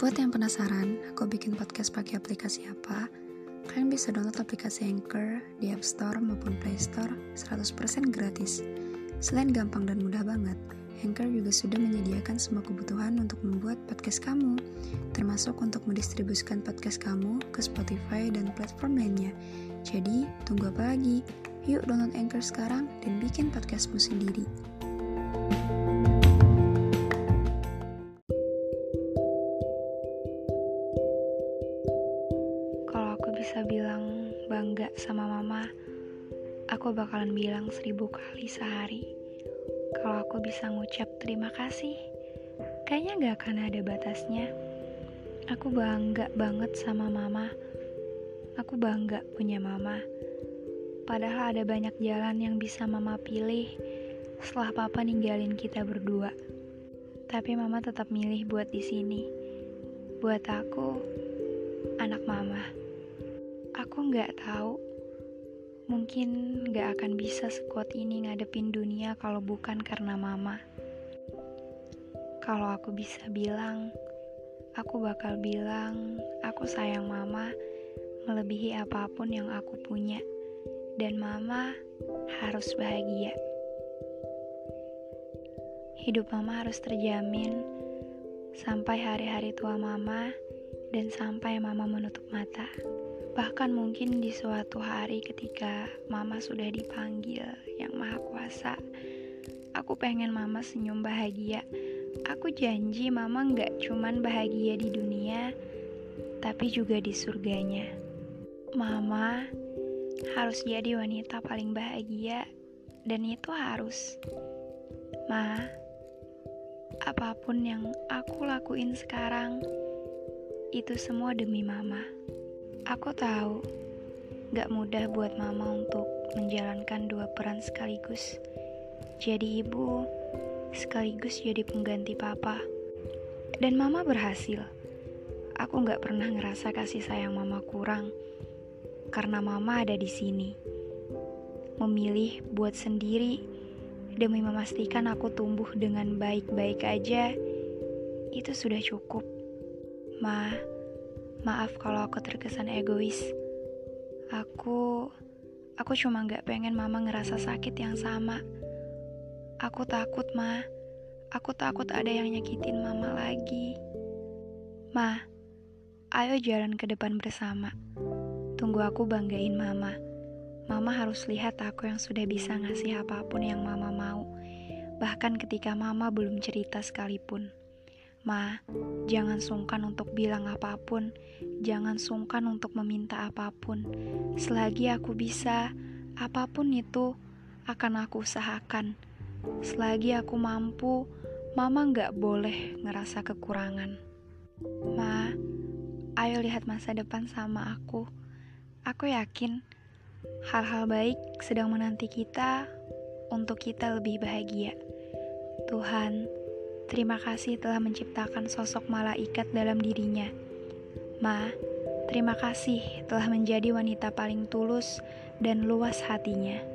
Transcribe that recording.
Buat yang penasaran, aku bikin podcast pakai aplikasi apa? Kalian bisa download aplikasi Anchor di App Store maupun Play Store 100% gratis. Selain gampang dan mudah banget, Anchor juga sudah menyediakan semua kebutuhan untuk membuat podcast kamu, termasuk untuk mendistribusikan podcast kamu ke Spotify dan platform lainnya. Jadi, tunggu apa lagi? Yuk download Anchor sekarang dan bikin podcastmu sendiri. Kalau aku bisa bilang bangga sama mama, aku bakalan bilang 1000 kali sehari. Kalau aku bisa ngucap terima kasih, kayaknya gak akan ada batasnya. Aku bangga banget sama mama. Aku bangga punya mama. Padahal ada banyak jalan yang bisa mama pilih setelah papa ninggalin kita berdua. Tapi mama tetap milih buat di sini. Buat aku, anak mama. Aku gak tahu, mungkin gak akan bisa sekuat ini ngadepin dunia kalau bukan karena mama. Kalau aku bisa bilang, aku bakal bilang aku sayang mama melebihi apapun yang aku punya. Dan mama harus bahagia. Hidup mama harus terjamin sampai hari-hari tua mama dan sampai mama menutup mata. Bahkan mungkin di suatu hari ketika mama sudah dipanggil yang maha kuasa, aku pengen mama senyum bahagia. Aku janji mama gak cuman bahagia di dunia, tapi juga di surganya. Mama harus jadi wanita paling bahagia, dan itu harus. Ma, apapun yang aku lakuin sekarang, itu semua demi mama. Aku tahu, gak mudah buat mama untuk menjalankan 2 peran sekaligus. Jadi ibu, sekaligus jadi pengganti papa. Dan mama berhasil. Aku gak pernah ngerasa kasih sayang mama kurang, karena mama ada di sini. Memilih buat sendiri, demi memastikan aku tumbuh dengan baik-baik aja, itu sudah cukup. Maaf kalau aku terkesan egois. Aku cuma gak pengen mama ngerasa sakit yang sama. Aku takut, Ma. Aku takut ada yang nyakitin mama lagi. Ma, ayo jalan ke depan bersama. Tunggu aku banggain mama. Mama harus lihat aku yang sudah bisa ngasih apapun yang mama mau. Bahkan ketika mama belum cerita sekalipun. Ma, jangan sungkan untuk bilang apapun. Jangan sungkan untuk meminta apapun. Selagi aku bisa, apapun itu akan aku usahakan. Selagi aku mampu, mama gak boleh ngerasa kekurangan. Ma, ayo lihat masa depan sama aku. Aku yakin hal-hal baik sedang menanti kita untuk kita lebih bahagia. Tuhan, terima kasih telah menciptakan sosok malaikat dalam dirinya. Ma, terima kasih telah menjadi wanita paling tulus dan luas hatinya.